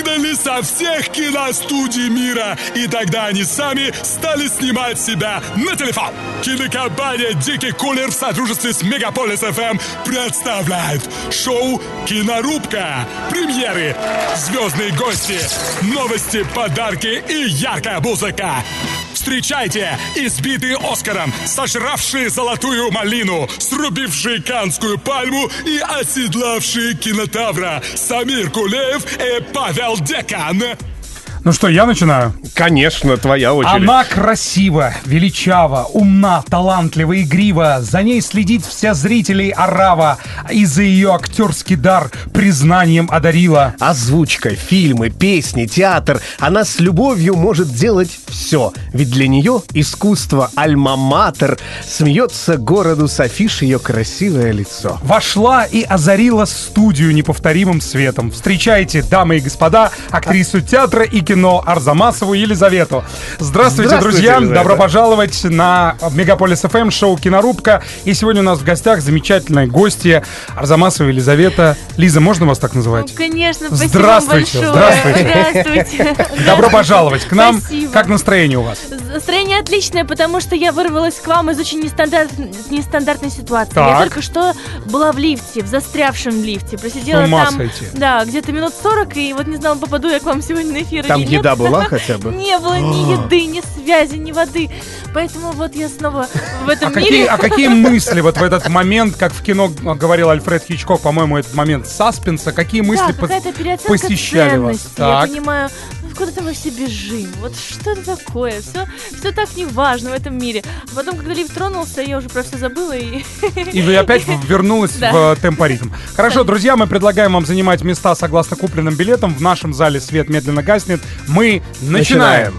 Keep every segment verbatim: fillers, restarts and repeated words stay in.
продали со всех киностудий мира. И тогда они сами стали снимать себя на телефон. Кинокомпания «Дикий кулер» в сотрудничестве с Мегаполис эф эм представляет шоу «Кинорубка». Премьеры, звездные гости, новости, подарки и яркая музыка. Встречайте избитые Оскаром, сожравшие золотую малину, срубившие Каннскую пальму и оседлавшие кинотавра Самир Кулиев и Павел Декан. Ну что, я начинаю? Конечно, твоя очередь. Она красива, величава, умна, талантлива, игрива. За ней следит вся зрителей орава. И за ее актерский дар признанием одарила. Озвучка, фильмы, песни, театр. Она с любовью может делать все. Ведь для нее искусство альма-матер. Смеется городу с афиш ее красивое лицо. Вошла и озарила студию неповторимым светом. Встречайте, дамы и господа, актрису театра и кино Арзамасову Елизавету. Здравствуйте, Здравствуйте, друзья! Елизавета. Добро пожаловать на Мегаполис эф эм, шоу «Кинорубка». И сегодня у нас в гостях замечательная гостья Арзамасова Елизавета. Лиза, можно вас так называть? Ну, конечно, спасибо Здравствуйте, большое. здравствуйте. Здравствуйте. Добро пожаловать к нам. Спасибо. Как настроение у вас? Настроение отличное, потому что я вырвалась к вам из очень нестандарт... нестандартной ситуации. Так. Я только что была в лифте, в застрявшем лифте. Просидела С ума там, сойти. да, где-то минут сорок, и вот не знала, попаду я к вам сегодня на эфир Там или нет. еда была хотя бы? Не было ни еды, ни связи, ни воды. Поэтому вот я снова в этом А какие, мире. а какие мысли вот в этот момент, как в кино говорил Альфред Хичкок, по-моему, этот момент саспенса, какие мысли Да, какая-то пос- переоценка посещали вас? ценностей. Я Так. понимаю, ну, куда-то мы все бежим. Вот что это такое? Все, все так неважно в этом мире. А потом, когда лифт тронулся, я уже про все забыла и... И вы опять вернулась Да. в темпоритм. Хорошо, друзья, мы предлагаем вам занимать места согласно купленным билетам. В нашем зале свет медленно гаснет. Мы начинаем.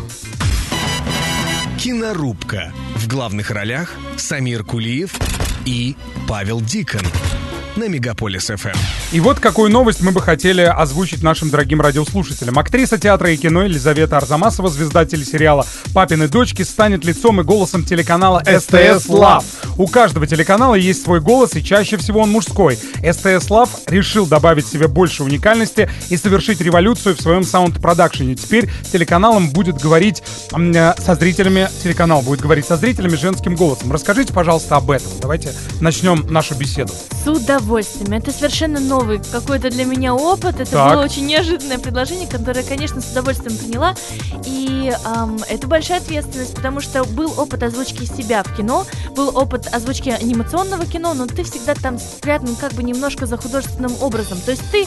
Кинорубка. В главных ролях Самир Кулиев и Павел Дикан. На Мегаполис эф эм. И вот какую новость мы бы хотели озвучить нашим дорогим радиослушателям. Актриса театра и кино Елизавета Арзамасова, звезда телесериала «Папины дочки», станет лицом и голосом телеканала эс тэ эс Love. У каждого телеканала есть свой голос, и чаще всего он мужской. эс тэ эс Love решил добавить себе больше уникальности и совершить революцию в своем саунд-продакшене. Теперь телеканалом будет говорить э, со зрителями, телеканал будет говорить со зрителями женским голосом. Расскажите, пожалуйста, об этом. Давайте начнем нашу беседу. С удовольствием. Это совершенно новый какой-то для меня опыт. Это Так. было очень неожиданное предложение, которое, конечно, с удовольствием приняла. И эм, это большая ответственность, потому что был опыт озвучки себя в кино, был опыт озвучки анимационного кино, но ты всегда там спрятан как бы немножко за художественным образом. То есть ты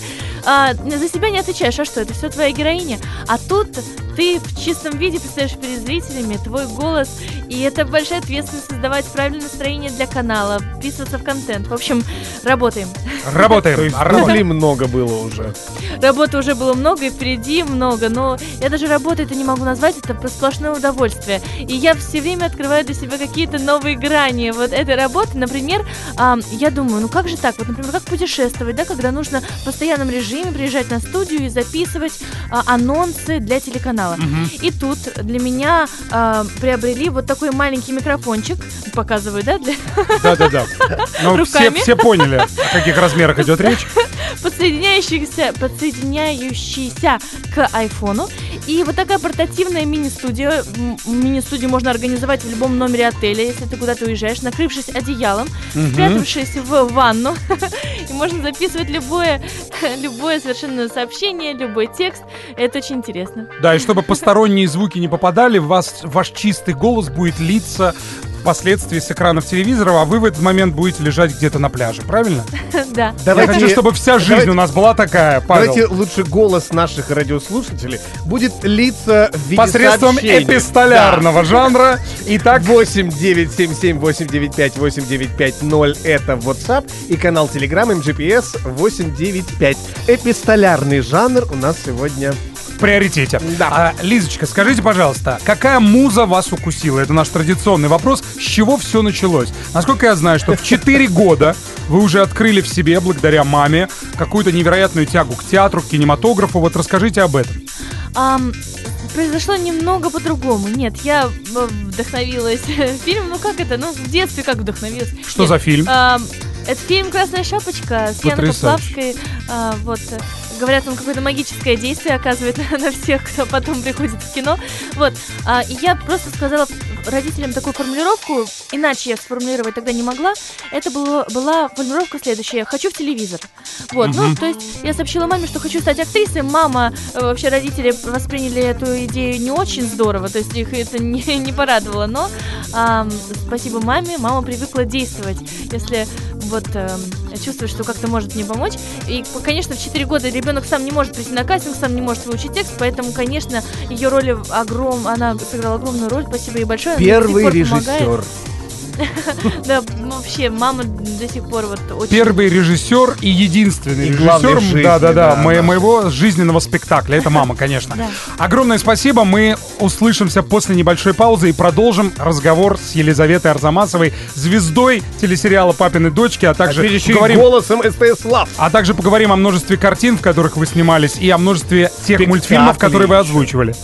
э, за себя не отвечаешь, а что, это все твоя героиня. А тут ты в чистом виде предстаешь перед зрителями, твой голос, и это большая ответственность создавать правильное настроение для канала, вписываться в контент. В общем, работаем. Работаем. То есть Работаем. дублей много было уже. Работы уже было много, и впереди много, но я даже работу это не могу назвать, это просто сплошное удовольствие. И я все время открываю для себя какие-то новые грани вот этой работы. Например, а, я думаю, ну как же так? Вот, например, как путешествовать, да, когда нужно в постоянном режиме приезжать на студию и записывать а, анонсы для телеканала. И тут для меня а, приобрели вот такой маленький микрофончик, показываю, да, для... Да-да-да. Ну, все, Руками. все поняли, о каких размерах идет речь. подсоединяющийся, подсоединяющийся к айфону. И вот такая портативная мини-студия. М, Мини-студию можно организовать в любом номере отеля, если ты куда-то уезжаешь, накрывшись одеялом, спрятавшись в ванну. И можно записывать любое, любое совершенно сообщение, любой текст. Это очень интересно. Да, и чтобы посторонние звуки не попадали, вас, ваш чистый голос будет литься впоследствии с экранов телевизора, а вы в этот момент будете лежать где-то на пляже, правильно? Да. Я хочу, чтобы вся жизнь давайте- у нас была такая, Павел. Давайте лучше голос наших радиослушателей будет литься в виде Посредством сообщений. эпистолярного жанра. Итак, восемь девять семь семь восемь девять пять восемь девять пять ноль это WhatsApp и канал Telegram эм джи пи эс восемь девять пять. Эпистолярный жанр у нас сегодня. в приоритете. Да. А, Лизочка, скажите, пожалуйста, какая муза вас укусила? Это наш традиционный вопрос. С чего все началось? Насколько я знаю, что в четыре года вы уже открыли в себе, благодаря маме, какую-то невероятную тягу к театру, к кинематографу. Вот расскажите об этом. Ам, произошло немного по-другому. Нет, я э, вдохновилась фильмом. Ну как это? Ну в детстве как вдохновилась. Что Нет, за фильм? ам, это фильм «Красная шапочка» с Яной Потрясающе. Поплавской. А, вот. говорят, он какое-то магическое действие оказывает на всех, кто потом приходит в кино. Вот. А, и я просто сказала родителям такую формулировку, иначе я сформулировать тогда не могла. Это было, была формулировка следующая: «Хочу в телевизор». Вот. Uh-huh. Ну, то есть я сообщила маме, что хочу стать актрисой. Мама, вообще родители восприняли эту идею не очень здорово, то есть их это не, не порадовало, но а, спасибо маме, мама привыкла действовать, если вот а, чувствует, что как-то может мне помочь. И, конечно, в четыре года ребенок сам не может прийти на кастинг, сам не может выучить текст, поэтому, конечно, ее роль огром... она сыграла огромную роль, спасибо ей большое. Первый режиссер. Да, вообще, мама до сих пор вот очень... Первый режиссер и единственный и режиссер да, да, да, мо- моего жизненного спектакля. Это мама, конечно. Да. Огромное спасибо. Мы услышимся после небольшой паузы и продолжим разговор с Елизаветой Арзамасовой, звездой телесериала «Папины дочки», а также а поговорим... голосом СТС Лав. А также поговорим о множестве картин, в которых вы снимались, и о множестве тех Спектакли. мультфильмов, которые вы озвучивали.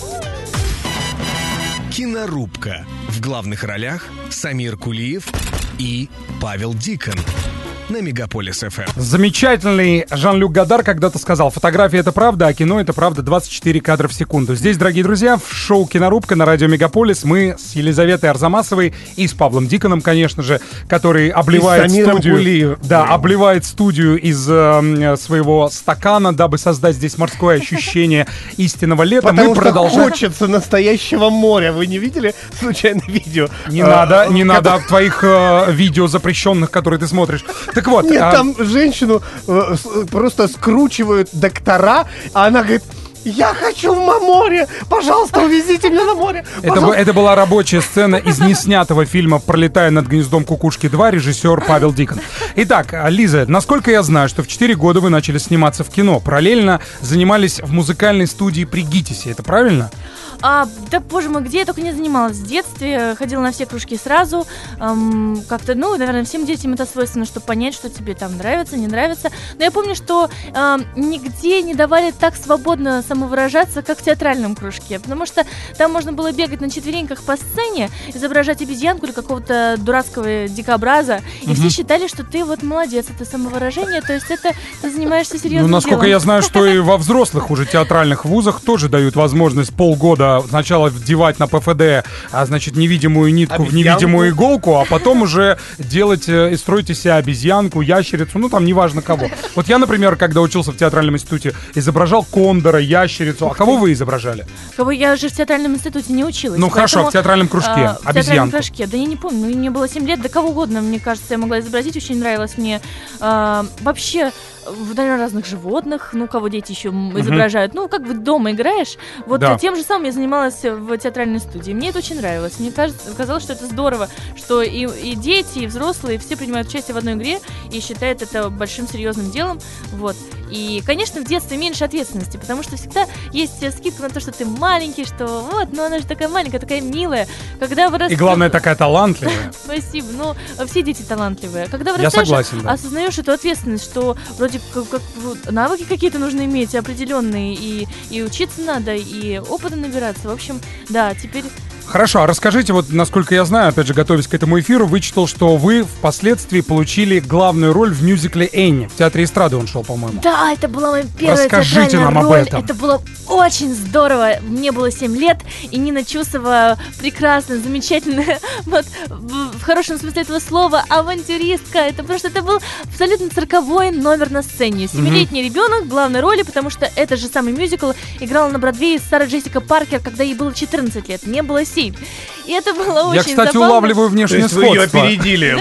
Кинорубка. В главных ролях Самир Кулиев и Павел Дикон. На Мегаполис эф эм. Замечательный Жан-Люк Годар когда-то сказал: фотография — это правда, а кино — это правда двадцать четыре кадра в секунду. Здесь, дорогие друзья, в шоу «Кинорубка» на радио Мегаполис мы с Елизаветой Арзамасовой и с Павлом Диконом, конечно же, который обливает студию, Кулиев. да, обливает студию из э, своего стакана, дабы создать здесь морское ощущение истинного лета. Потому мы что продолжаем... хочется настоящего моря. Вы не видели случайно видео? Не надо, не надо твоих э, видео запрещенных, которые ты смотришь. Так вот. Нет, а... там женщину э, с, просто скручивают доктора, а она говорит: я хочу в море, пожалуйста, увезите меня на море. Это, это была рабочая сцена из неснятого фильма «Пролетая над гнездом кукушки два», режиссер Павел Дикон. Итак, Лиза, насколько я знаю, что в четыре года вы начали сниматься в кино, параллельно занимались в музыкальной студии при ГИТИСе, это правильно? А, да, боже мой, где я только не занималась в детстве, ходила на все кружки сразу, эм, как-то, ну, наверное, всем детям это свойственно, чтобы понять, что тебе там нравится, не нравится. Но я помню, что эм, нигде не давали так свободно самовыражаться, как в театральном кружке, потому что там можно было бегать на четвереньках по сцене, изображать обезьянку или какого-то дурацкого дикобраза, и все считали, что ты вот молодец, это самовыражение, то есть это ты занимаешься серьезным делом. Ну, насколько я знаю, что и во взрослых уже театральных вузах тоже дают возможность полгода сначала вдевать на ПФД, а, значит, невидимую нитку обезьянку в невидимую иголку, а потом уже делать и строить из себя обезьянку, ящерицу, ну там неважно кого. Вот я, например, когда учился в театральном институте, изображал кондора, ящерицу. А кого вы изображали? Кого я же в театральном институте не училась. Ну поэтому, хорошо, в театральном кружке, а, обезьянку. В театральном кружке, да я не помню, ну, мне было семь лет, да кого угодно, мне кажется, я могла изобразить, очень нравилось мне. А, вообще, наверное, разных животных, ну, кого дети еще uh-huh. изображают. Ну, как бы дома играешь. Вот да. тем же самым я занималась в театральной студии. Мне это очень нравилось. Мне кажется, казалось, что это здорово, что и, и дети, и взрослые, все принимают участие в одной игре и считают это большим серьезным делом. Вот. И, конечно, в детстве меньше ответственности, потому что всегда есть скидка на то, что ты маленький, что вот, ну она же такая маленькая, такая милая. Когда вырастаешь... И главное, такая талантливая. Спасибо. Ну, все дети талантливые. Когда вырастаешь, Я согласен, да. осознаешь эту ответственность, что вроде как, как навыки какие-то нужно иметь определенные, и, и учиться надо, и опыта набираться. В общем, да, теперь... Хорошо, а расскажите, вот насколько я знаю, опять же, готовясь к этому эфиру, вычитал, что вы впоследствии получили главную роль в мюзикле «Энни». В театре эстрады он шел, по-моему. Да, это была моя первая Расскажите театральная нам роль. об этом. Это было очень здорово. Мне было семь лет, и Нина Чусова прекрасная, замечательная, вот, в хорошем смысле этого слова, авантюристка. Это просто, это был абсолютно цирковой номер на сцене. Семилетний mm-hmm. ребенок в главной роли, потому что это же самый мюзикл играла на Бродвее Сара Джессика Паркер, когда ей было четырнадцать лет, мне было семь. И это было очень Я, кстати, забавно. улавливаю внешнее сходство. Вы ее опередили.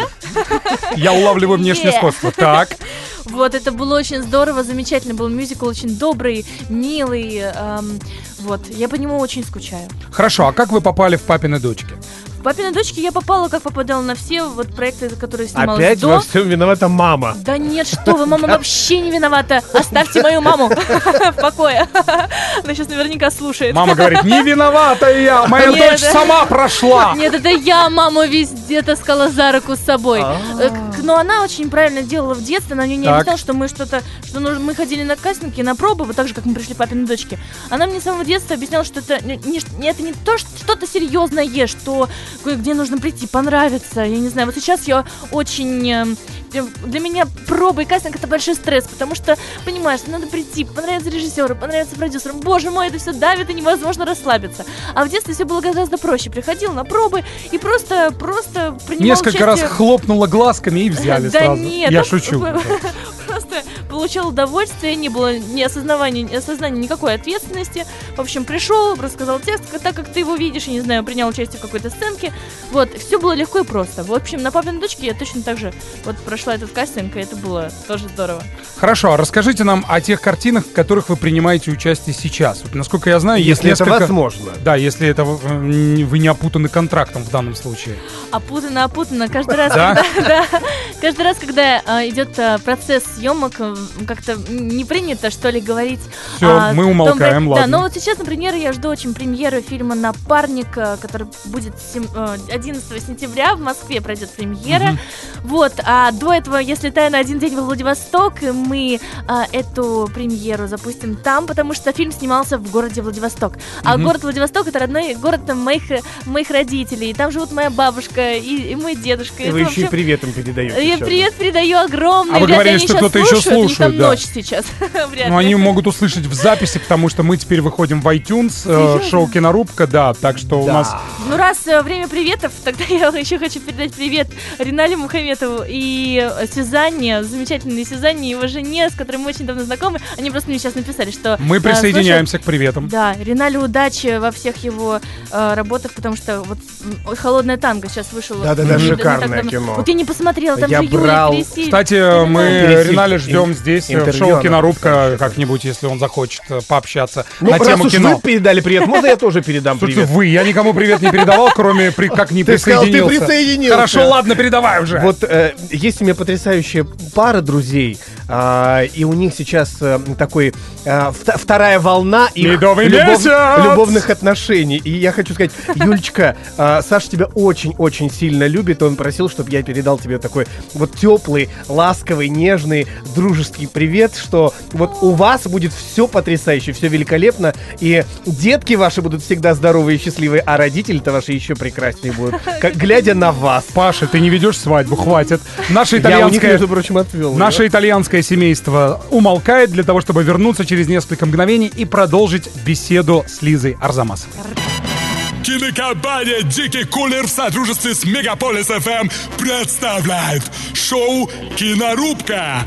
Я улавливаю внешнее сходство. Так. Вот, это было очень здорово, замечательно. Был мюзикл очень добрый, милый. Эм, вот, я по нему очень скучаю. Хорошо, а как вы попали в «Папины дочки»? В «Папины дочки» я попала, как попадала на все вот проекты, которые снималась Опять до. во всем виновата мама. Да нет, что вы, мама вообще не виновата. Оставьте мою маму в покое. Она сейчас наверняка слушает. Мама говорит: не виновата я, моя Нет, дочь да. сама прошла. Нет, это я маму везде таскала за руку с собой. Но она очень правильно делала в детстве. Она мне не Так. объясняла, что мы что-то, что нужно, мы ходили на кастинги, на пробы, вот так же, как мы пришли «Папины дочки». Она мне с самого детства объясняла, что это не, не, это не то, что что-то серьезное, что где нужно прийти, понравиться. Я не знаю, вот сейчас я очень э, для меня проба и кастинг — это большой стресс, потому что, понимаешь, надо прийти, понравиться режиссеру, понравиться продюсерам. Боже мой, это все давит, и невозможно расслабиться. А в детстве все было гораздо проще. Приходил на пробы и просто, просто принимал Несколько участие... раз хлопнула глазками и взяли да сразу. Нет, Я да, шучу. Просто получал удовольствие, не было ни осознавания, ни осознания никакой ответственности. В общем, пришел, рассказал текст, так как ты его видишь, и, не знаю, принял участие в какой-то сценке. Вот, все было легко и просто. В общем, на «Папиной дочке» я точно так же вот прошла этот кастинг, и это было тоже здорово. Хорошо, а расскажите нам о тех картинах, в которых вы принимаете участие сейчас. Вот, насколько я знаю, Если есть это несколько... возможно. Да, если это э, вы не опутаны контрактом в данном случае. Опутано, опутано. Каждый раз, Да? когда, да, каждый раз, когда а, идет а, процесс съемок, а, как-то не принято, что ли, говорить. Всё, а, мы том, умолкаем, да, ладно. но вот сейчас, например, я жду очень премьеры фильма «Напарник», а, который будет сем- а, одиннадцатого сентября в Москве пройдет премьера. Мгм. Вот, а до этого, если летаю на один день в Владивосток, мы а, эту премьеру запустим там, потому что фильм снимался в городе Владивосток. А Мгм. город Владивосток — это родной город там, моих, моих родителей. Там живут моя бабушка и, и мой дедушка. И Это вы еще вообще- и привет им передаете. Я сейчас. привет передаю огромный. А вы Вряд ли говорили, они что сейчас кто-то еще слушают, у них слушает, там да. ночь сейчас. Вряд Ну, ли. они могут услышать в записи, потому что мы теперь выходим в iTunes, э, Серьезно? шоу «Кинорубка», да, так что у Да. нас... Ну, раз э, время приветов, тогда я еще хочу передать привет Ринале Мухаметову и э, Сюзанне, замечательной Сюзанне, его жене, с которой мы очень давно знакомы. Они просто мне сейчас написали, что... Мы э, присоединяемся к приветам. Да, Ринале удачи во всех его э, работах, потому что вот м, «Холодное танго» сейчас вышел. Да-да-да, не- не так шикарное давно. кино. Вот я не посмотрела, там Я же Юрий брал- Пересиль. Кстати, мы Пересиль. Риналя ждем Ин- здесь, э, в интервью шоу она «Кинорубка» просто как-нибудь, если он захочет э, пообщаться Ну, на раз тему уж кино. вы передали привет, можно я тоже передам Слушайте, привет? вы, я никому привет не передавал, кроме при- как не Ты сказал, ты присоединился. присоединился. Хорошо, ладно, передавай уже. Вот э, есть у меня потрясающая пара друзей, а, и у них сейчас э, такой э, вт- вторая волна их Медовый месяц! любовных отношений. И я хочу сказать, Юлечка, э, Саша тебя очень-очень сильно любит. Он просил, чтобы я передал тебе такой вот теплый, ласковый, нежный, дружеский привет, что вот у вас будет все потрясающе, все великолепно, и детки ваши будут всегда здоровые и счастливые, а родители-то ваши еще прекраснее будут, как, глядя на вас. Паша, ты не ведешь свадьбу, хватит. Наше Я у них, итальянское... между прочим, отвел. Наше итальянское семейство умолкает для того, чтобы вернуться через несколько мгновений и продолжить беседу с Лизой Арзамасовой. Кинокомпания «Дикий кулер» в сотрудничестве с Мегаполис эф эм представляет шоу «Кинорубка».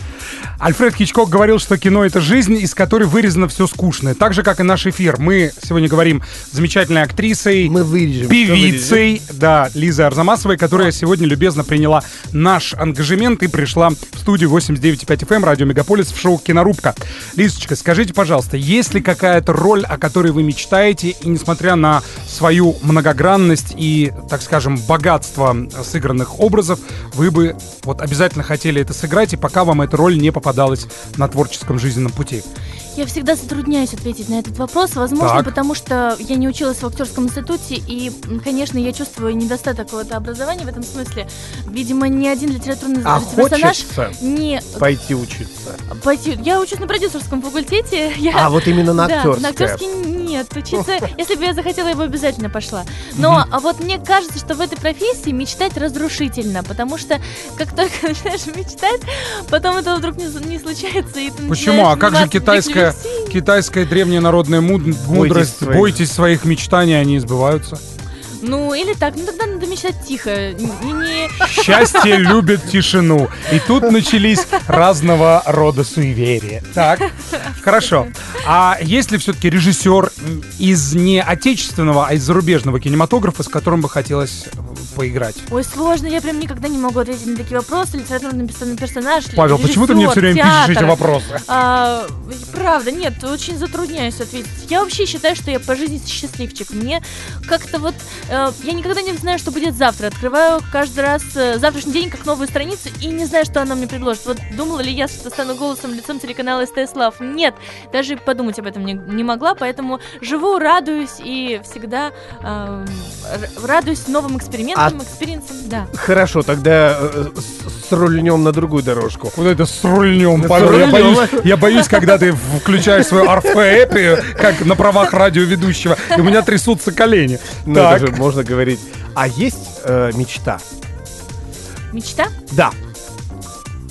Альфред Хичкок говорил, что кино — это жизнь, из которой вырезано все скучное. Так же, как и наш эфир. Мы сегодня говорим с замечательной актрисой, Мы вырежем. певицей, да, Лизой Арзамасовой, которая сегодня любезно приняла наш ангажемент и пришла в студию восемьдесят девять и пять эф эм, радио Мегаполис, в шоу «Кинорубка». Лизочка, скажите, пожалуйста, есть ли какая-то роль, о которой вы мечтаете, и несмотря на свою многогранность и, так скажем, богатство сыгранных образов, вы бы вот обязательно хотели это сыграть, и пока вам эта роль не попадалась на творческом жизненном пути? Я всегда затрудняюсь ответить на этот вопрос, возможно, Так. потому что я не училась в актерском институте, и, м, конечно, я чувствую недостаток какого-то образования в этом смысле. Видимо, ни один литературный А персонаж хочется не пойти учиться. пойти. Я учусь на продюсерском факультете. Я... А, вот именно на Да, актерское. на актерский нет. Учиться, если бы я захотела, я бы обязательно пошла. Но а вот мне кажется, что в этой профессии мечтать разрушительно, потому что как только начинаешь мечтать, потом это вдруг не, не случается. И ты Почему? А начинаешь как же заниматься китайская, рефлексией. китайская древняя народная муд- мудрость? своих. Бойтесь своих мечтаний, они сбываются. Ну, или так. Ну, тогда надо мечтать тихо. Не, не... Счастье любит тишину. И тут начались разного рода суеверия. Так, хорошо. А есть ли все-таки режиссер из не отечественного, а из зарубежного кинематографа, с которым бы хотелось поиграть? Ой, сложно. Я прям никогда не могу ответить на такие вопросы. Литературный персон- персонаж, Павел, почему ты мне все время режиссер, пишешь эти театр. вопросы? А, правда, нет, очень затрудняюсь ответить. Я вообще считаю, что я по жизни счастливчик. Мне как-то вот... э, я никогда не знаю, что будет завтра. Открываю каждый раз э, завтрашний день как новую страницу и не знаю, что она мне предложит. Вот думала ли я, что стану голосом, лицом телеканала СТС Лав? Нет, даже подумать об этом не, не могла, поэтому живу, радуюсь и всегда э, р- радуюсь новым экспериментам, экспириенсам, да. Хорошо, тогда э, с, с рульнем на другую дорожку. Вот это с рульнем, С Павел. Я рульнем. боюсь, я боюсь, когда ты включаешь свою орфоэпию, как на правах радиоведущего, и у меня трясутся колени. Ну, Так. это же можно говорить. А есть э, мечта? Мечта? Да.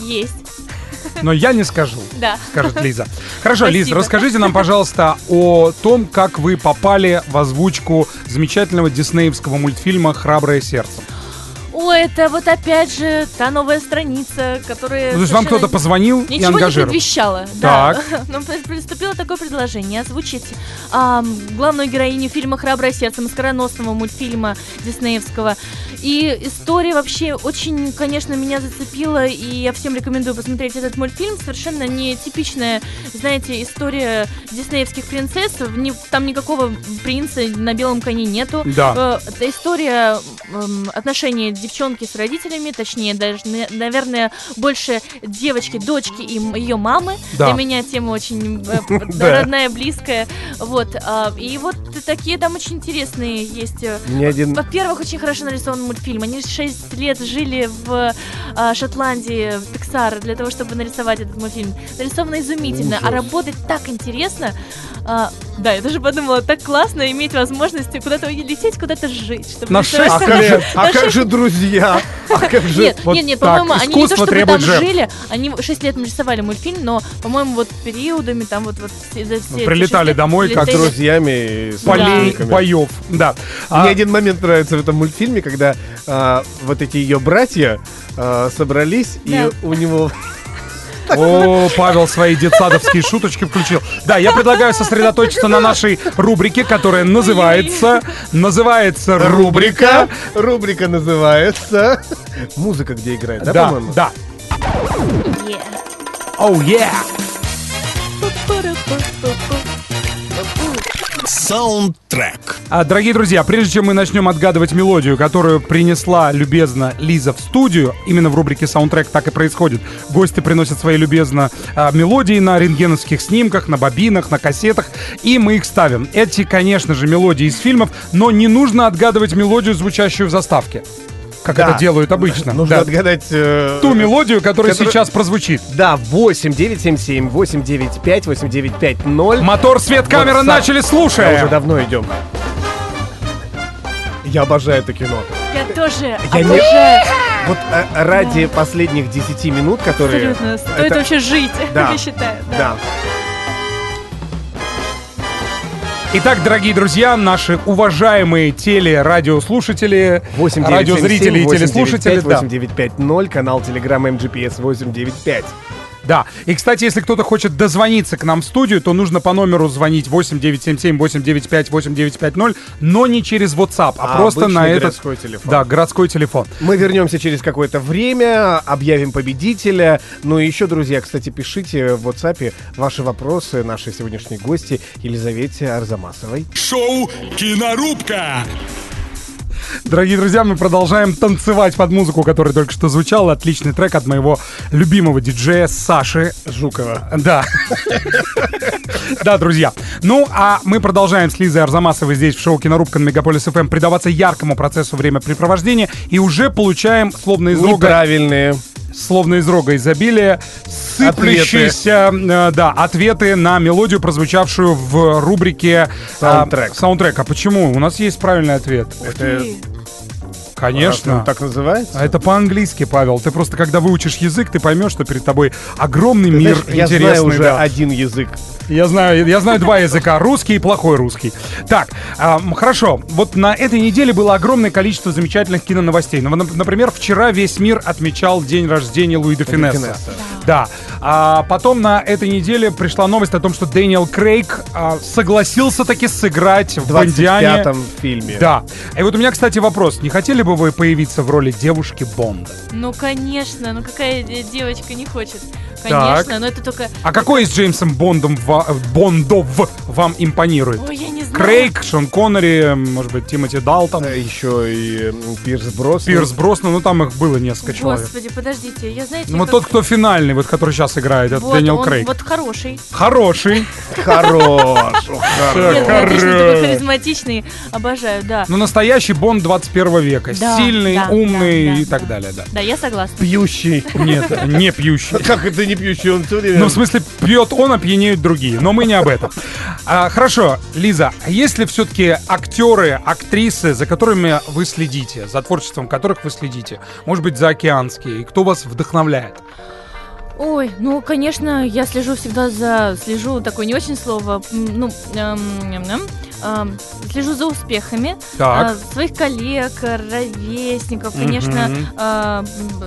Есть. Но я не скажу, Да. скажет Лиза. Хорошо, Спасибо. Лиз, расскажите нам, пожалуйста, о том, как вы попали в озвучку замечательного диснеевского мультфильма «Храброе сердце». О, это вот опять же та новая страница, которая... Ну, то есть вам совершенно кто-то позвонил и Ничего не ангажировал? предвещало, Так. да. Но приступило такое предложение озвучить ам, главную героиню фильма «Храброе сердце», маскароносного мультфильма диснеевского. И история вообще очень, конечно, меня зацепила, и я всем рекомендую посмотреть этот мультфильм. Совершенно не типичная, знаете, история диснеевских принцесс. Не- Там никакого принца на белом коне нету. Да. Э, Это история эм, отношений девчонки с родителями, точнее, даже, на- наверное, больше девочки, дочки и м- ее мамы. Да. Для меня тема очень э, Да. родная, близкая. Вот. а, И вот такие там очень интересные есть. э, Ни один... Во-первых, очень хорошо нарисован мультфильм. Они шесть лет жили в а, Шотландии, в Pixar, для того, чтобы нарисовать этот мультфильм. Нарисовано изумительно, а работать так интересно. А, да, я даже подумала, так классно иметь возможность куда-то лететь, куда-то жить. Чтобы На нарисовать- шесть А как же, лет. а На как шесть- же друзья? А как же... Нет, Вот нет, нет, так, по-моему, они не то, искусство чтобы требует там жертв. жили, они шесть лет рисовали мультфильм, но, по-моему, вот периодами там вот, вот все, за все эти Прилетали шесть лет домой, как С летели. друзьями и с Полей, родственниками. боев. Да. Мне А, один момент нравится в этом мультфильме, когда а, вот эти ее братья а, собрались, Да. и у него... О, Павел свои детсадовские шуточки включил. Да, я предлагаю сосредоточиться на нашей рубрике, которая называется... Называется рубрика... Рубрика называется... Музыка, где играет, да, Да, по-моему? да. Yeah. Оу, yeah. Саундтрек. А, дорогие друзья, прежде чем мы начнем отгадывать мелодию, которую принесла любезно Лиза в студию, именно в рубрике «Саундтрек» так и происходит. Гости приносят свои любезно а, мелодии на рентгеновских снимках, на бобинах, на кассетах, и мы их ставим. Эти, конечно же, мелодии из фильмов, но не нужно отгадывать мелодию, звучащую в заставке, как Да. это делают обычно. Нужно Да. отгадать... э, Ту мелодию, которая Которая- сейчас прозвучит. Да, восемь девять семь семь восемь девять пять восемь девять пять ноль. Мотор, свет, камера, WhatsApp. начали, Да, слушаем. уже давно идем. Я обожаю это кино. Я тоже Я не- обожаю. Вот э, ради последних десяти минут, которые... Абсолютно. Стоит это- вообще жить, Да. я считаю. Да. Да. Итак, дорогие друзья, наши уважаемые телерадиослушатели, восемь радиозрители и телеслушатели, да. восемь девять пять ноль, канал Telegram эм джи пи эс восемь девять пять. Да. И, кстати, если кто-то хочет дозвониться к нам в студию, то нужно по номеру звонить восемь девять семь семь восемь девять пять восемь девять пять ноль, но не через WhatsApp, а, А просто обычный на этот... городской телефон. Да, городской телефон. Мы вернемся через какое-то время, объявим победителя. Ну и еще, друзья, кстати, пишите в WhatsApp ваши вопросы нашей сегодняшней гости Елизавете Арзамасовой. Шоу «Кинорубка». Дорогие друзья, мы продолжаем танцевать под музыку, которая только что звучала. Отличный трек от моего любимого диджея Саши Жукова. Да. Да, друзья. Ну, а мы продолжаем с Лизой Арзамасовой здесь в шоу «Кинорубка» на Мегаполис эф эм предаваться яркому процессу времяпрепровождения и уже получаем, словно из рога, Неправильные. словно из рога изобилия, сыплющиеся э, да, ответы на мелодию, прозвучавшую в рубрике э, Саундтрек. Саундтрек. А почему? У нас есть правильный ответ. Это Конечно. он так называется? А это по-английски, Павел. Ты просто, когда выучишь язык, ты поймешь, что перед тобой огромный Ты мир знаешь, я интересный. знаю уже да. один язык. Я знаю, я знаю два языка, русский и плохой русский. Так, эм, хорошо. Вот на этой неделе было огромное количество замечательных киноновостей. Ну, нап- например, вчера весь мир отмечал день рождения Луи де Финесса. Финесса. Да. А потом на этой неделе пришла новость о том, что Дэниел Крейг а, согласился таки сыграть в В двадцать «Бондиане». пятом фильме. Да. И вот у меня, кстати, вопрос. Не хотели бы вы появиться в роли девушки Бонда? Ну, конечно, ну какая де- девочка не хочет? Так. Конечно, но это только... А какой из Джеймсом Бондом ва- Бондов вам импонирует? Ой, я не знаю. Крейг, Шон Коннери, может быть, Тимоти Далтон, А еще и м, Пирс Броснан. Пирс Броснан, ну там их было несколько человек. Господи, подождите, я знаете... Ну вот как- тот, кто финальный, вот который сейчас играет, это вот, Дэниел он Крейг. Вот хороший. Хороший. Хорош. ох, хорош. Нет, Хорош. отличный, такой харизматичный. Обожаю, да. Ну настоящий Бонд двадцать первого века. Да, Сильный, да, умный да, да, и так да. далее, да. Да, я согласна. Пьющий. Нет, не пьющий. Как это не пьющий? Он все время... Ну, в смысле, пьет он, а пьянеют другие. Но мы не об этом. А, хорошо, Лиза, а есть ли все-таки актеры, актрисы, за которыми вы следите, за творчеством которых вы следите? Может быть, заокеанские? И кто вас вдохновляет? Ой, ну, конечно, я слежу всегда за... Слежу, такое не очень слово. Ну, эм, эм, эм, слежу за успехами э, своих коллег, ровесников, конечно, э,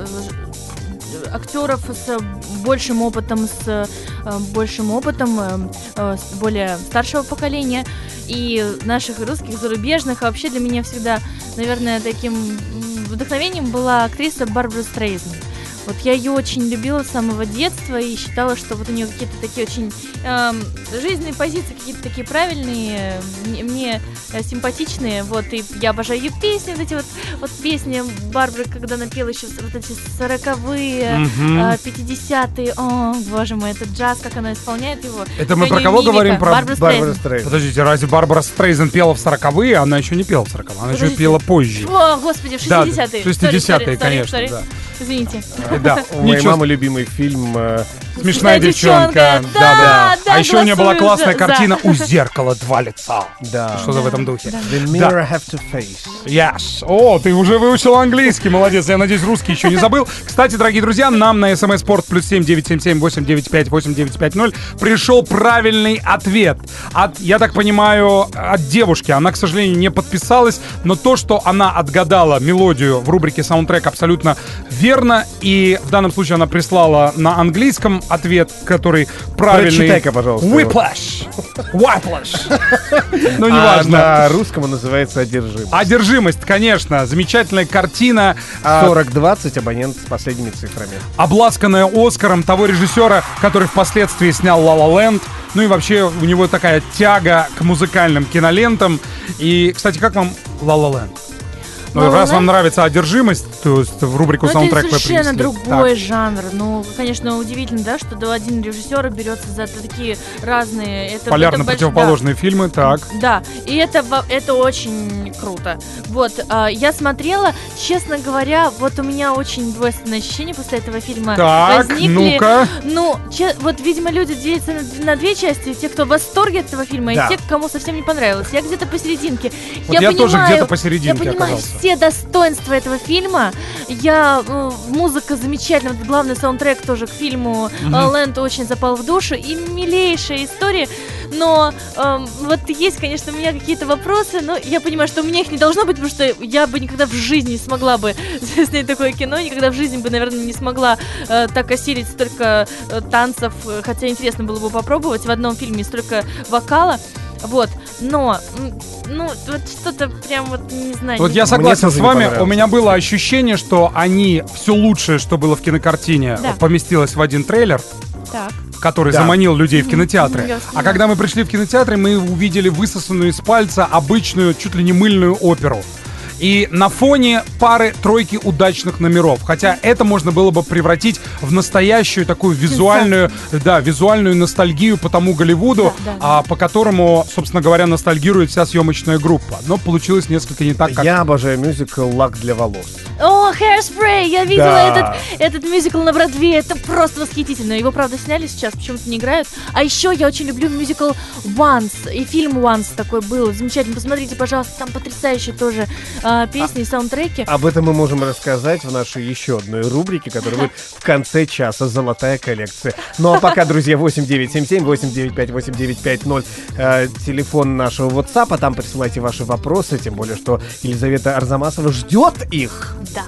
актеров с большим опытом, с э, большим опытом, э, с более старшего поколения. И наших русских, зарубежных. А вообще для меня всегда, наверное, таким вдохновением была актриса Барбара Стрейзанд. Вот я ее очень любила с самого детства и считала, что вот у нее какие-то такие очень э, жизненные позиции, какие-то такие правильные, мне, мне э, симпатичные. Вот, и я обожаю ее песни, вот эти вот, вот песни Барбары, когда она пела еще вот эти сороковые, mm-hmm. э, пятидесятые. О, боже мой, этот джаз, как она исполняет его. Это мы про кого мимика. Говорим? Про Барбару Стрейзанд. Стрейзанд. Подождите, разве Барбара Стрейзанд пела в сороковые? Она еще не пела в сороковые, она Подождите. еще пела позже. О, господи, в шестидесятые. Да, в шестидесятые, конечно, sorry, sorry. Да. Извините. Да, у моей мамы любимый фильм э... «Смешная девчонка». Да, да. да. А еще у нее была классная картина «У зеркала два лица». Да. Что-то в этом духе. The mirror have to face. Yes. О, ты уже выучил английский, молодец. Я надеюсь, русский еще не забыл. Кстати, дорогие друзья, нам на смс-порт плюс семь девять семь семь восемь девять пять восемь девять пять ноль пришел правильный ответ. От, я так понимаю, от девушки. Она, к сожалению, не подписалась, но то, что она отгадала мелодию в рубрике «Саундтрек», абсолютно верно. И в данном случае она прислала на английском ответ, который правильный. Прочитай-ка, пожалуйста. Whiplash. Whiplash. Ну, неважно. А на русском он называется «Одержимость». «Одержимость», конечно. Замечательная картина. сорок двадцать, абонент с последними цифрами. Обласканная Оскаром того режиссера, который впоследствии снял «Ла Ла Ленд». Ну и вообще у него такая тяга к музыкальным кинолентам. И, кстати, как вам «Ла Ла Ленд»? Ну, ну, раз вам нравится «Одержимость», то есть в рубрику ну, «Саундтрек» вы принесли. Это совершенно другой так. жанр. Ну, конечно, удивительно, да, что до один режиссер берется за такие разные... Это, полярно это противоположные больш... фильмы, так. Да, и это, это очень круто. Вот, э, я смотрела, честно говоря, вот у меня очень двойственное ощущение после этого фильма так, возникли. ну-ка. Ну, че, вот, видимо, люди делятся на, на две части. Те, кто в восторге от этого фильма, да. и те, кому совсем не понравилось. Я где-то посерединке. Вот я я понимаю, тоже где-то посерединке Я понимаю оказался. все достоинства этого фильма. Я... Э, музыка замечательная. Вот главный саундтрек тоже к фильму mm-hmm. «Ленд» очень запал в душу. И милейшая история. Но э, вот есть, конечно, у меня какие-то вопросы, но я понимаю, что у меня их не должно быть, потому что я бы никогда в жизни не смогла бы снять такое кино, никогда в жизни бы, наверное, не смогла э, так осилить столько э, танцев, хотя интересно было бы попробовать. В одном фильме столько вокала. Вот, но, ну, вот что-то прям вот, не знаю. Вот не я согласен с вами, у меня было ощущение, что они, все лучшее, что было в кинокартине, да. поместилось в один трейлер. Так. Который да. заманил людей в кинотеатры. Mm-hmm. А когда мы пришли в кинотеатры, мы увидели высосанную из пальца обычную, чуть ли не мыльную оперу. И на фоне пары-тройки удачных номеров. Хотя это можно было бы превратить в настоящую такую визуальную, да, визуальную ностальгию по тому Голливуду, да, да, а, по которому, собственно говоря, ностальгирует вся съемочная группа. Но получилось несколько не так, как... Я обожаю мюзикл «Лак для волос». О, Hairspray! Я видела да. этот, этот мюзикл на Бродвее. Это просто восхитительно. Его, правда, сняли сейчас, почему-то не играют. А еще я очень люблю мюзикл «Once». И фильм «Once» такой был. Замечательно. Посмотрите, пожалуйста, там потрясающие тоже а, песни а, и саундтреки. Об этом мы можем рассказать в нашей еще одной рубрике, которая будет в конце часа «Золотая коллекция». Ну а пока, друзья, восемь девять семь семь восемь девять пять восемь девять пять ноль э, телефон нашего WhatsApp, а там присылайте ваши вопросы, тем более, что Елизавета Арзамасова ждет их. Да.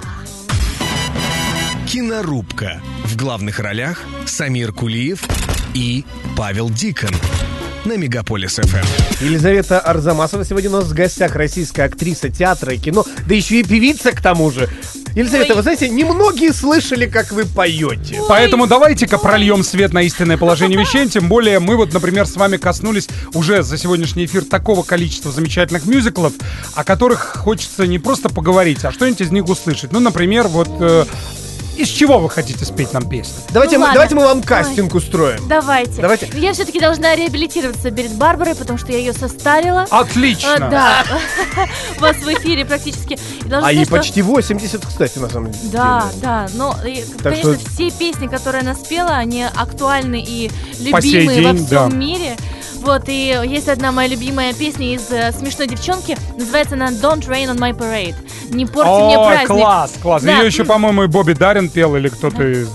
Кинорубка. В главных ролях Самир Кулиев и Павел Дикон. На Мегаполис эф эм. Елизавета Арзамасова сегодня у нас в гостях, российская актриса театра и кино, да еще и певица к тому же. Елизавета, Ой. Вы знаете, немногие слышали, как вы поете. Ой. Поэтому давайте-ка прольем свет на истинное положение вещей. Тем более мы вот, например, с вами коснулись уже за сегодняшний эфир такого количества замечательных мюзиклов, о которых хочется не просто поговорить, а что-нибудь из них услышать. Ну, например, вот... Э, из чего вы хотите спеть нам песню? Давайте, ну, мы, давайте мы вам кастинг Ой. устроим. Давайте. давайте. Я все-таки должна реабилитироваться перед Барбарой, потому что я ее состарила. Отлично. А, да. Вас в эфире практически. А ей почти восемьдесят, кстати, на самом деле. Да, да. Но, конечно, все песни, которые она спела, они актуальны и любимые во всем мире. Вот, и есть одна моя любимая песня из э, «Смешной девчонки». Называется она «Don't Rain on My Parade». Не порти О, мне праздник. класс, класс. Да. Ее еще, по-моему, и Бобби Даррен пел, или кто-то из...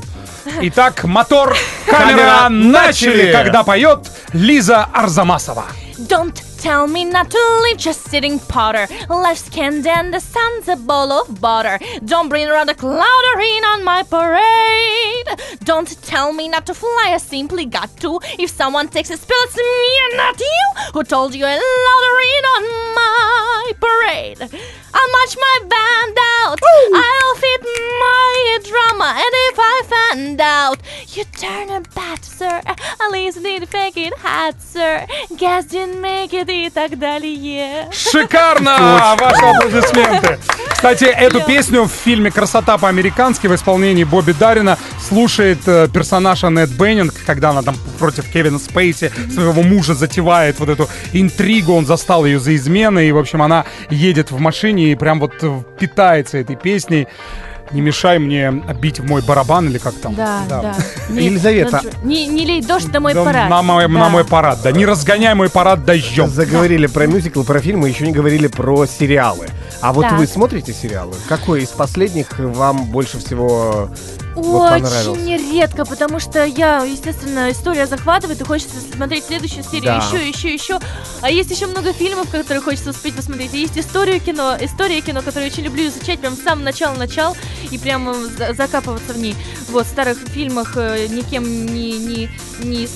Итак, мотор, камера, Камера, начали, начали! когда поет Лиза Арзамасова. Don't tell me not to leave, just sitting Potter. Life's candy and the sun's a bowl of butter. Don't bring around a cloud or rain on my parade. Don't tell me not to fly, I simply got to. If someone takes a spill, it's me and not you. Who told you I love the rain on my parade? I'll march my band out. Ooh. I'll fit my drama. And if I find out you turn a bat, sir, at least did fake it hot, sir. Guess didn't make it и так далее. Шикарно! Ваши аплодисменты. Кстати, эту песню в фильме «Красота по-американски» в исполнении Бобби Даррина слушает э, персонаж Аннет Беннинг, когда она там против Кевина Спейси своего мужа затевает вот эту интригу. Он застал ее за изменой, и, в общем, она едет в машине и прям вот питается этой песней. Не мешай мне бить в мой барабан, или как там? Да, да. да. Не, Елизавета. Не, не лей дождь на мой да, парад. На мой, да. на мой парад, да. Не разгоняй мой парад дождем. Заговорили да. про мюзикл, про фильмы, еще не говорили про сериалы. А вот да. вы смотрите сериалы? Какой из последних вам больше всего вот понравился? Очень редко, потому что я, естественно, история захватывает, и хочется смотреть следующую серию, да. еще, еще, еще. А есть еще много фильмов, которые хочется успеть посмотреть. И есть историю кино, история кино, которую я очень люблю изучать прям с самого начала-начала и прямо закапываться в ней. Вот, в старых фильмах э, никем не... не, не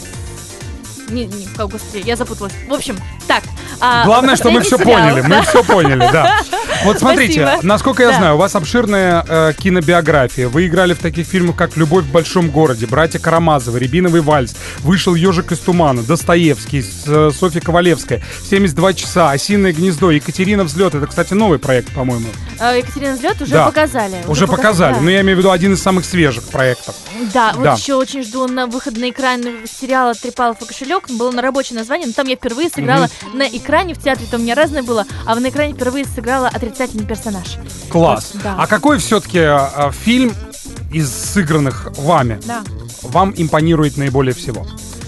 Не, не, как, господи, я запуталась. В общем, так. А, Главное, что мы все сериал, поняли. да? Мы все поняли, да. Вот смотрите, Спасибо. насколько я да. знаю, у вас обширная э, кинобиография. Вы играли в таких фильмах, как «Любовь в большом городе», «Братья Карамазовы», «Рябиновый вальс», вышел «Ежик из тумана», «Достоевский», с, э, Софья Ковалевская, «семьдесят два часа», «Осиное гнездо», «Екатерина взлет». Это, кстати, новый проект, по-моему. А, «Екатерина взлет» уже да. показали. Уже, уже показали, показали. Да. Но я имею в виду один из самых свежих проектов. Да, да. вот еще очень жду на выход на экран сериала «Трипалов и кошелек». Было на рабочее название, но там я впервые сыграла mm-hmm. на экране, в театре-то у меня разное было, а на экране впервые сыграла отрицательный персонаж. Класс. Вот, да. А какой все-таки э, фильм из сыгранных вами да. вам импонирует наиболее всего?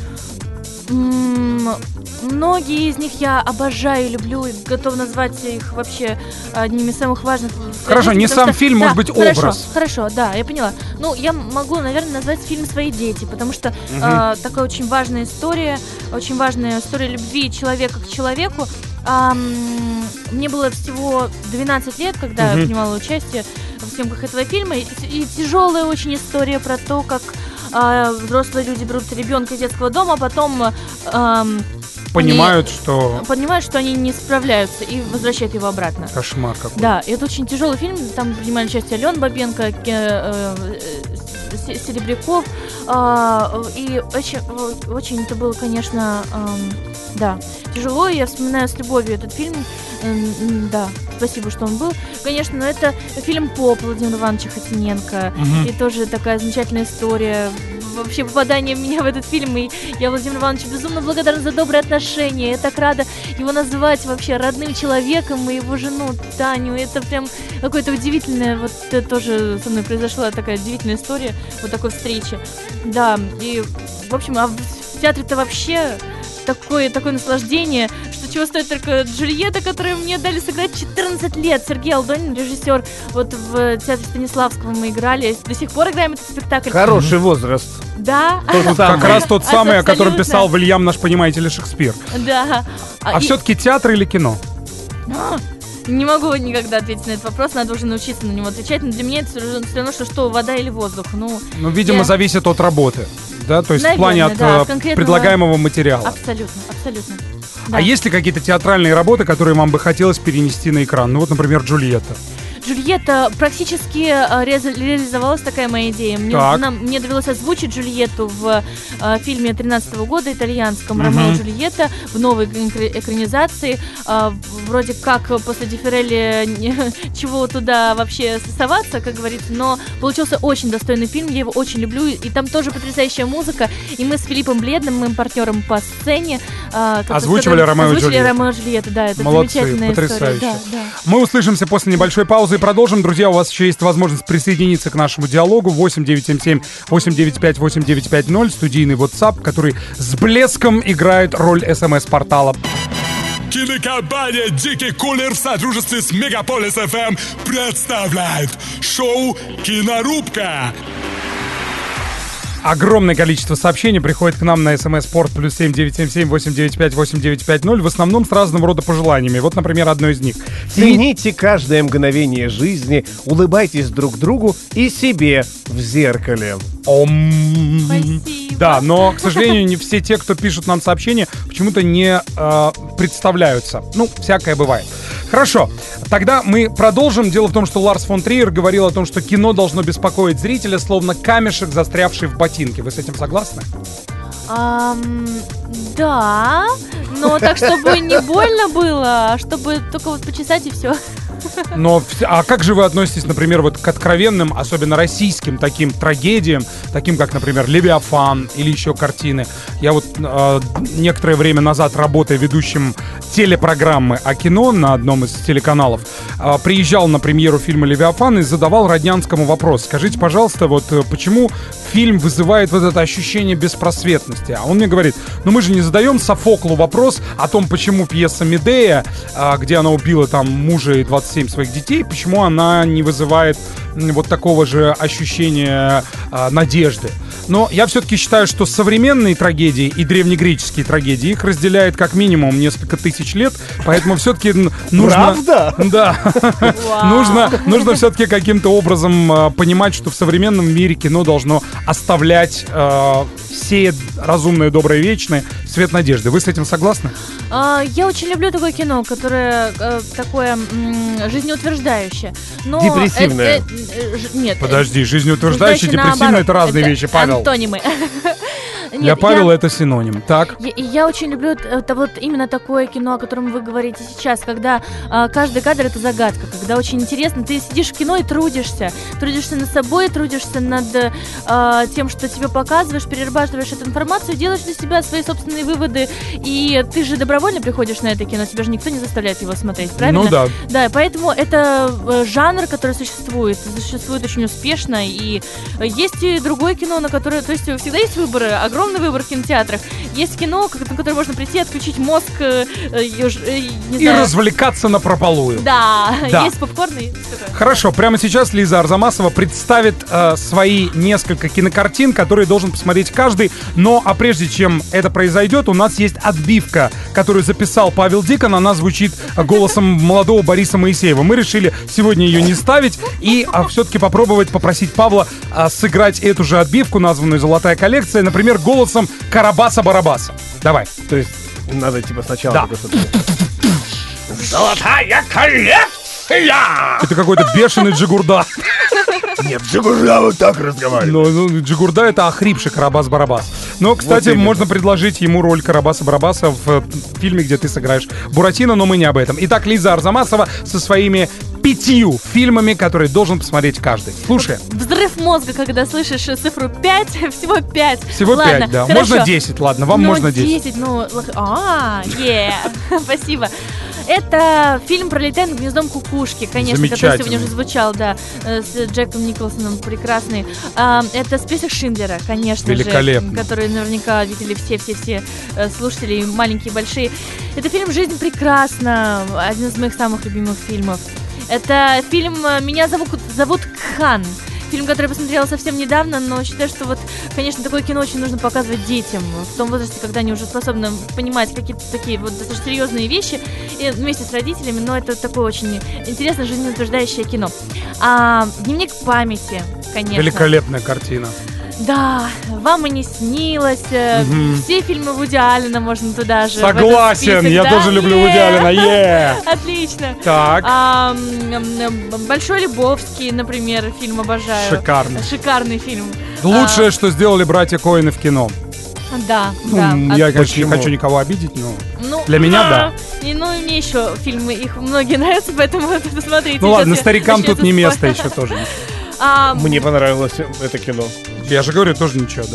М-м- многие из них я обожаю, люблю и готова назвать их вообще одними из самых важных. Хорошо, не сам что... фильм, да, может быть, хорошо, образ. Хорошо, да, я поняла. Ну, я могу, наверное, назвать фильм «Свои дети», потому что угу. э, такая очень важная история, очень важная история любви человека к человеку. Um, мне было всего двенадцать лет, когда uh-huh. я принимала участие в съемках этого фильма. И, и тяжелая очень история про то, как uh, взрослые люди берут ребенка из детского дома, а потом uh, понимают, они, что... понимают, что они не справляются и возвращают его обратно. Кошмар какой. Да, и это очень тяжелый фильм. Там принимали участие Алена Бабенко, э, э, Серебряков. Э, и очень, очень это было, конечно, э, да, тяжело. Я вспоминаю с любовью этот фильм. Э, да, спасибо, что он был. Конечно, но это фильм «Поп» Владимира Ивановича Хотиненко. Угу. И тоже такая замечательная история. Вообще попадание меня в этот фильм, и я Владимиру Ивановичу безумно благодарна за добрые отношения. Я так рада его называть вообще родным человеком, и его жену Таню. Это прям какое-то удивительное, вот это тоже со мной произошла такая удивительная история, вот такой встречи. Да, и, в общем, а в театре-то вообще такое, такое наслаждение, что чего стоит только Джульетта, которую мне дали сыграть четырнадцать лет. Сергей Алдонин, режиссер, вот в театре Станиславского мы играли, до сих пор играем этот спектакль. Хороший возраст. Да. Тот, как раз тот самый, о котором писал Вильям, наш понимаете ли, Шекспир. Да. А, а и... все-таки театр или кино? Не могу никогда ответить на этот вопрос, надо уже научиться на него отвечать, но для меня это все равно, что, что вода или воздух. Ну, ну видимо, я... зависит от работы, да, то есть, наверное, в плане от, да, от конкретного... предлагаемого материала. Абсолютно, абсолютно. Да. А есть ли какие-то театральные работы, которые вам бы хотелось перенести на экран? Ну вот, например, «Джульетта». Джульетта, практически э, ре- реализовалась такая моя идея. Мне, нам, мне довелось озвучить Джульетту в э, фильме тринадцатого года итальянском uh-huh. «Ромео и Джульетта» в новой экранизации. Э, вроде как после Ди Феррелли чего туда вообще соваться, как говорится, но получился очень достойный фильм, я его очень люблю, и там тоже потрясающая музыка, и мы с Филиппом Бледным, моим партнером по сцене, э, озвучивали «Ромео и Джульетту». «Ромео и Джульетту», да, это молодцы, замечательная потрясающе. история. Да, да. Мы услышимся после небольшой паузы и продолжим. Друзья, у вас еще есть возможность присоединиться к нашему диалогу. восемь девятьсот семьдесят семь восемьсот девяносто пять восемь девятьсот пятьдесят, студийный WhatsApp, который с блеском играет роль СМС-портала. Кинокомпания «Дикий кулер» в содружестве с Мегаполис эф эм представляет шоу «Кинорубка». Огромное количество сообщений приходит к нам на смс-порт плюс семь девять семь семь восемь девять пять восемь девять пять ноль, в основном с разного рода пожеланиями. Вот, например, одно из них. Цените каждое мгновение жизни, улыбайтесь друг другу и себе в зеркале. Ом. Спасибо. Да, но, к сожалению, не все те, кто пишут нам сообщения, почему-то не э, представляются. Ну, всякое бывает. Хорошо, тогда мы продолжим. Дело в том, что Ларс фон Триер говорил о том, что кино должно беспокоить зрителя, словно камешек, застрявший в ботинке. Вы с этим согласны? Ам, да, но так, чтобы не больно было, а чтобы только вот почесать и все. Но, а как же вы относитесь, например, вот к откровенным, особенно российским таким трагедиям, таким как, например, «Левиафан» или еще картины? Я вот э, некоторое время назад, работая ведущим телепрограммы о кино на одном из телеканалов, э, приезжал на премьеру фильма «Левиафан» и задавал Роднянскому вопрос. Скажите, пожалуйста, вот э, почему фильм вызывает вот это ощущение беспросветности? А он мне говорит, ну мы же не задаем Софоклу вопрос о том, почему пьеса «Медея», э, где она убила там мужа и двадцать семь своих детей, почему она не вызывает вот такого же ощущения э, надежды. Но я все-таки считаю, что современные трагедии и древнегреческие трагедии, их разделяет как минимум несколько тысяч лет, поэтому все-таки нужно... Правда? Да. нужно, нужно все-таки каким-то образом э, понимать, что в современном мире кино должно оставлять э, сеять разумное, доброе, вечное свет надежды. Вы с этим согласны? А, я очень люблю такое кино, которое э, такое м, жизнеутверждающее. Но Депрессивное. э, э, э, ж- нет. Подожди, жизнеутверждающее и депрессивное — это разные вещи, Павел. Антонимы. Для Нет, Павела я- это синоним. Так. Я, я очень люблю это вот именно такое кино, о котором вы говорите сейчас, когда а, каждый кадр — это загадка, когда очень интересно, ты сидишь в кино и трудишься, трудишься над собой, трудишься над а, тем, что тебе показываешь, перерабатываешь эту информацию, делаешь для себя свои собственные выводы, и ты же добровольно приходишь на это кино, тебя же никто не заставляет его смотреть, правильно? Ну да. Да, поэтому это э, жанр, который существует, существует очень успешно, и э, есть и другое кино, на которое, то есть всегда есть выборы, огромный выбор в кинотеатрах. Есть кино, как- на которое можно прийти, отключить мозг, э, э, и, уж, э, не И знаю. развлекаться напропалую. Да, Да. есть попкорн и всё такое. Хорошо, прямо сейчас Лиза Арзамасова представит э, свои несколько кинокартин, которые должен посмотреть каждый. Но а прежде чем это произойдет, у нас есть отбивка, которую записал Павел Дикон. Она звучит голосом молодого Бориса Моисеева. Мы решили сегодня ее не ставить и а, все-таки попробовать попросить Павла а, сыграть эту же отбивку, названную «Золотая коллекция», например, голосом Карабаса-Барабаса. Давай. То есть надо типа сначала... Да. только что-то- Золотая коллекция! Это какой-то бешеный Джигурда. Нет, Джигурда вот так разговаривает. Ну, ну, Джигурда — это охрипший Карабас-Барабас. Но, кстати, именно. можно предложить ему роль Карабаса-Барабаса в э, фильме, где ты сыграешь Буратино, но мы не об этом. Итак, Лиза Арзамасова со своими пятью фильмами, которые должен посмотреть каждый. Слушай. Взрыв мозга, когда слышишь цифру пять, всего пять. Всего Ладно, пять, да. хорошо. Можно десять, ладно, вам Ну, можно десять. ну, лох- а, е, спасибо. Это фильм «Пролетая над гнездом кукушки», конечно, который Замечательный. сегодня уже звучал, да, э, с Джеком Николсоном, прекрасный. А, Это «Список Шиндлера», конечно Великолепно. же, который наверняка видели все-все-все э, слушатели, и маленькие, и большие. Это фильм «Жизнь прекрасна», один из моих самых любимых фильмов. Это фильм э, «Меня зовут, зовут Кхан». Фильм, который я посмотрела совсем недавно, но считаю, что вот, конечно, такое кино очень нужно показывать детям в том возрасте, когда они уже способны понимать какие-то такие вот достаточно серьезные вещи и вместе с родителями, но это такое очень интересное, жизнеутверждающее кино. А «Дневник памяти», конечно. Великолепная картина. Да, «Вам и не снилось», э, Мгм. все фильмы Вуди Аллена можно туда же. в этот Согласен, список, я да? тоже люблю Е! Вуди Аллена. Е! Отлично. Так, А, м, м, «Большой Лебовский», например, фильм обожаю. шикарно. Шикарный фильм. Лучшее, что сделали братья Коэны в кино. А, да, Ну, да. я, От- конечно, не Почему? хочу никого обидеть, но... ну, для меня, да. И, ну, и мне еще фильмы, их многие нравятся, поэтому посмотрите. Ну ладно, Сейчас старикам начнется тут не место спор. еще тоже. А, Мне понравилось это кино. Я же говорю, тоже ничего, да. Мне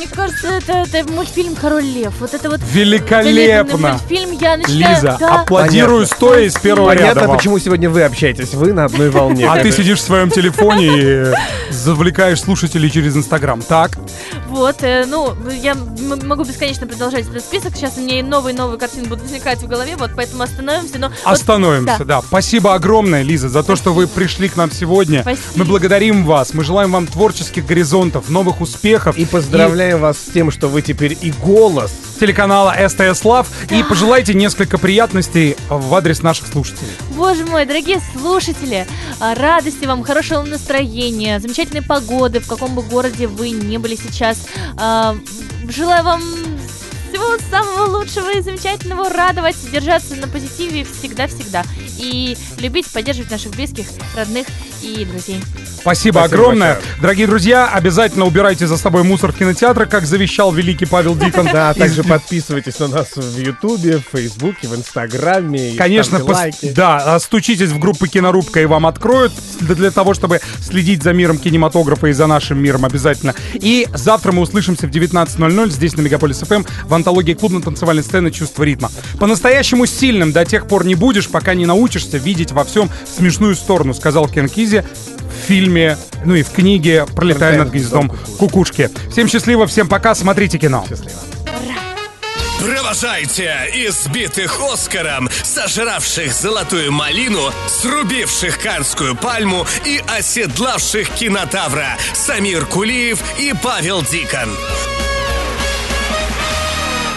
мне кажется, это, это мультфильм «Король лев». Вот это вот великолепно. Мультфильм, я начинаю... Лиза, да. аплодирую стоя из первого Понятно, ряда вам. почему сегодня вы общаетесь. Вы на одной волне. А ты сидишь в своем телефоне и завлекаешь слушателей через Инстаграм. Так? Вот, э, ну, я м- могу бесконечно продолжать этот список. Сейчас у меня и новые новые картины будут возникать в голове, вот поэтому остановимся. Но Остановимся, вот, да. да. Спасибо огромное, Лиза, за то, что вы пришли к нам сегодня. Спасибо. Мы благодарим вас. Мы желаем вам творческих горизонтов, новых успехов. И поздравляем вас с тем, что вы теперь и голос телеканала СТС Лав. И пожелайте несколько приятностей в адрес наших слушателей. Боже мой, дорогие слушатели, а, радости вам, хорошего настроения, замечательной погоды, в каком бы городе вы ни были сейчас. А, Желаю вам всего самого лучшего и замечательного, радовать, держаться на позитиве всегда-всегда. И любить, поддерживать наших близких, родных и друзей. Спасибо, Спасибо огромное. большое. Дорогие друзья, обязательно убирайте за собой мусор в кинотеатрах, как завещал великий Павел Дикон. Да, а также подписывайтесь на нас в Ютубе, в Фейсбуке, в Инстаграме. и Конечно, ставьте пос- лайки. да, стучитесь в группы «Кинорубка» и вам откроют для, для того, чтобы следить за миром кинематографа и за нашим миром обязательно. И завтра мы услышимся в девятнадцать ноль ноль здесь на Мегаполис эф эм в антологии клубно-танцевальной сцены «Чувство ритма». По-настоящему сильным до тех пор не будешь, пока не научишься видеть во всем смешную сторону, сказал Кен Кизи в фильме, ну и в книге «Пролетая над гнездом кукушки». Всем счастливо, всем пока, смотрите кино. Счастливо. Провожайте избитых Оскаром, сожравших золотую малину, срубивших Каннскую пальму и оседлавших кинотавра Самир Кулиев и Павел Дикон.